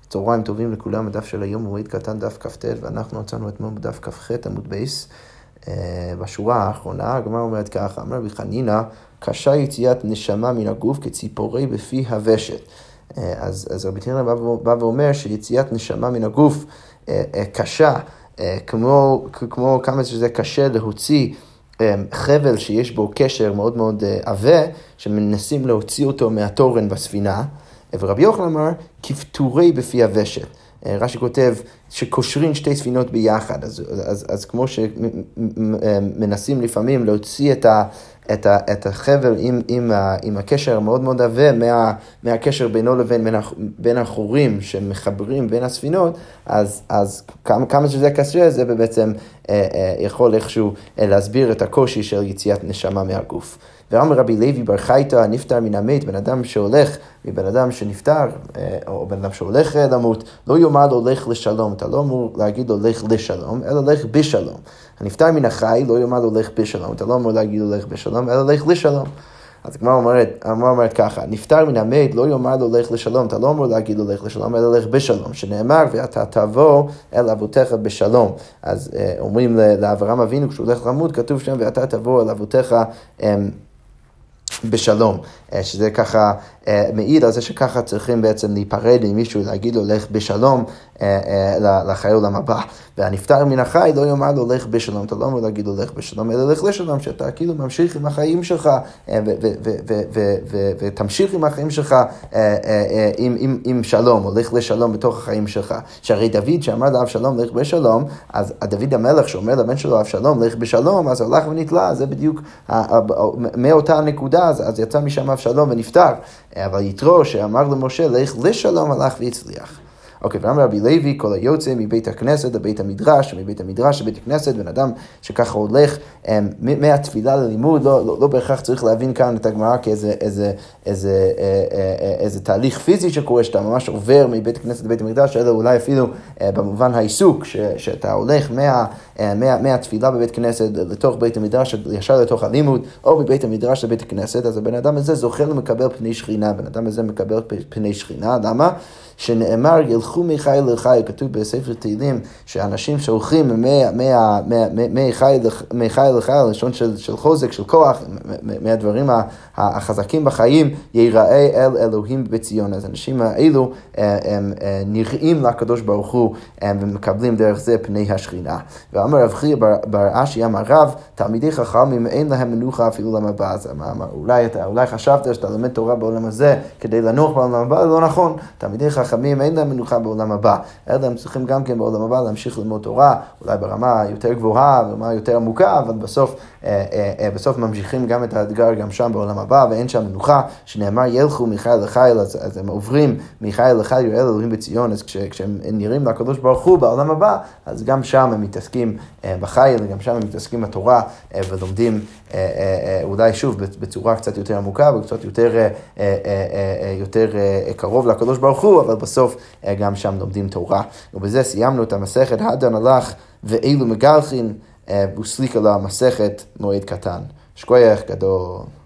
צהריים טובים לכולם, הדף של היום מועד קטן דף כ"ט, ואנחנו מצאנו אתמול בדף כ"ח עמוד בייס. בשורה האחרונה, הגמרא אומרת ככה, אמר רבי חנינא, קשה יציאת נשמה מן הגוף כציפורי בפי הוושט. אז רבי חנינא בא ואומר שיציאת נשמה מן הגוף קשה, כמו כמה שזה קשה להוציא חבל שיש בו קשר מאוד מאוד עבה, שמנסים להוציא אותו מהתורן בספינה, ורבי יוחנן אמר, כפתורי בפי הוושט. רש"י כותב שקושרים שתי ספינות ביחד, אז כמו שמנסים לפעמים להוציא את החבל עם הקשר המאוד מאוד עבה מהקשר בינו לבין בין החורים שמחברים בין הספינות, אז כמה שזה קשה, זה בעצם יכול איכשהו להסביר את הקושי של יציאת נשמה מהגוף. ואמר רבי לוי בר חיתא, נפטר מן המת, בן אדם שהולך מבן אדם שנפטר, או בן אדם שהולך למות, לא יאמר לו לך לשלום, אתה לא אמור להגיד לו לך לשלום, אלא לך בשלום. הנפטר מן החי, לא יאמר לו לך בשלום, אתה לא אמור להגיד לו לך בשלום, אלא לך לשלום. אז הגמרא אומרת ככה, נפטר מן המת, לא יאמר לו לך לשלום, אתה לא אמור להגיד לו לך לשלום, אלא לך בשלום, שנאמר, ואתה תבוא אל אבותיך בשלום. אז אומרים לאברהם אבינו, כשהוא הולך למות, כתוב שם, ואתה תבוא אל אבותיך בשלום, שזה ככה מעיד על זה שככה צריכים בעצם להיפרד עם מישהו, להגיד לו לך בשלום לחיי עולם הבא. והנפטר מן החי לא יאמר לו לך בשלום, אתה לא אמור להגיד לו לך בשלום, אלא לך לשלום, שאתה כאילו ממשיך עם החיים שלך ותמשיך עם החיים שלך עם שלום, או לך לשלום בתוך החיים שלך. שהרי דוד שאמר לאבשלום לך בשלום, אז דוד המלך שאומר לבן שלו אבשלום לך בשלום, אז הלך ונתלה, זה בדיוק מאותה נקודה, אז יצא משם אבשלום ונפטר. אבל יתרו שאמר למשה לך לשלום, הלך והצליח. אוקיי, ואמר רבי לוי, כל היוצא מבית הכנסת לבית המדרש, ומבית המדרש לבית הכנסת, בן אדם שככה הולך מהתפילה ללימוד, לא בהכרח צריך להבין כאן את הגמרא כאיזה תהליך פיזי שקורה, שאתה ממש עובר מבית הכנסת לבית המדרש, אלא אולי אפילו במובן העיסוק, שאתה הולך מהתפילה בבית כנסת לתוך בית המדרש, ישר לתוך הלימוד, או בבית המדרש לבית הכנסת, אז הבן אדם הזה זוכה למקבל פני שכינה, בן אדם הזה מקבל פני שכינה, למה? שנאמר ילכו מחי לחי, כתוב בספר תהילים שאנשים שהולכים מחי לחי, לשון של חוזק, של כוח, מהדברים החזקים בחיים, ייראה אל אלוהים בציון. אז האנשים האלו הם נראים לקדוש ברוך הוא ומקבלים דרך זה פני השכינה. ואמר רב חייא בר אשי אמר רב, תלמידי חכמים אין להם מנוחה אפילו לעולם הבא. אז אולי חשבת שאתה לומד תורה בעולם הזה כדי לנוח בעולם הבא, לא נכון. תלמידי חכמים אין להם מנוחה בעולם הבא, אלא הם צריכים גם כן בעולם הבא להמשיך ללמוד תורה, אולי ברמה יותר גבוהה, ברמה יותר עמוקה, אבל בסוף ממשיכים גם את האתגר גם שם בעולם הבא, ואין שם מנוחה, שנאמר ילכו מחיל לחיל, אז הם עוברים מחיל לחיל יראה אלוהים בציון, אז כשהם נראים לקדוש ברוך הוא בעולם הבא, אז גם שם הם מתעסקים בחיל, גם שם הם מתעסקים בתורה, ולומדים אולי שוב בצורה קצת יותר עמוקה, וקצת יותר קרוב לקדוש ברוך הוא, אבל בסוף גם שם לומדים תורה. ובזה סיימנו את המסכת הדן הלך ואילו מגלחין וסליק על המסכת מועד קטן. שכוייך גדול.